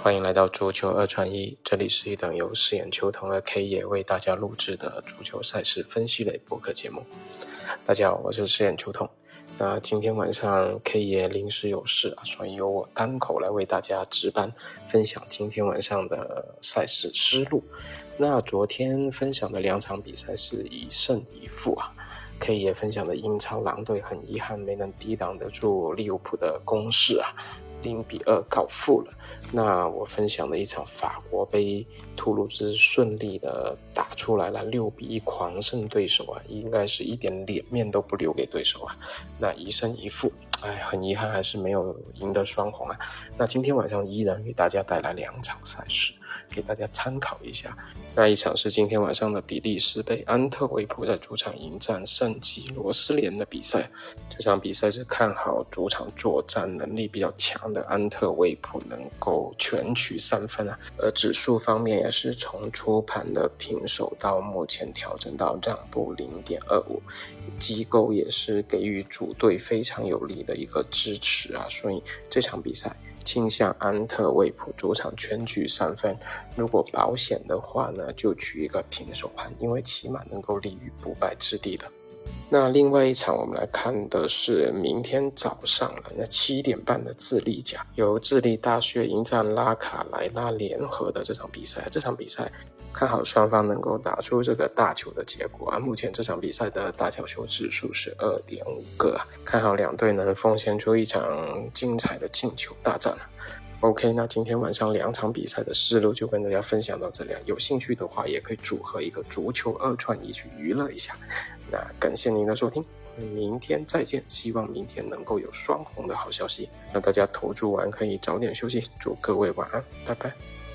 欢迎来到足球二串一，这里是一档由饰演球童的 K 爷为大家录制的足球赛事分析类播客节目。大家好，我是饰演球童。那今天晚上 K 爷临时有事所以由我单口来为大家值班，分享今天晚上的赛事思路。那昨天分享的2场比赛是以胜一负K 爷分享的英超狼队很遗憾没能抵挡得住利物浦的攻势0-2告负了。那我分享的一场法国杯，图卢兹顺利的打出来了6-1狂胜对手应该是一点脸面都不留给对手那一胜一负，很遗憾还是没有赢得双红那今天晚上依然给大家带来2场赛事，给大家参考一下。那一场是今天晚上的比利时杯，安特卫普在主场迎战圣吉罗斯联的比赛。这场比赛是看好主场作战能力比较强的安特卫普能够全取3分而指数方面也是从初盘的平手到目前调整到让步 0.25， 机构也是给予主队非常有力的一个支持所以这场比赛倾向安特卫普主场全取3分，如果保险的话呢，就取一个平手盘，因为起码能够立于不败之地的。那另外一场我们来看的是明天早上那7点半的智利甲，由智利大学迎战拉卡莱拉联合的这场比赛。这场比赛看好双方能够打出这个大球的结果目前这场比赛的大角球指数是 2.5 个看好两队能奉献出一场精彩的进球大战OK， 那今天晚上2场比赛的思路就跟大家分享到这里有兴趣的话也可以组合一个足球2串1去娱乐一下。那感谢您的收听，明天再见，希望明天能够有双红的好消息。那大家投注完可以早点休息，祝各位晚安，拜拜。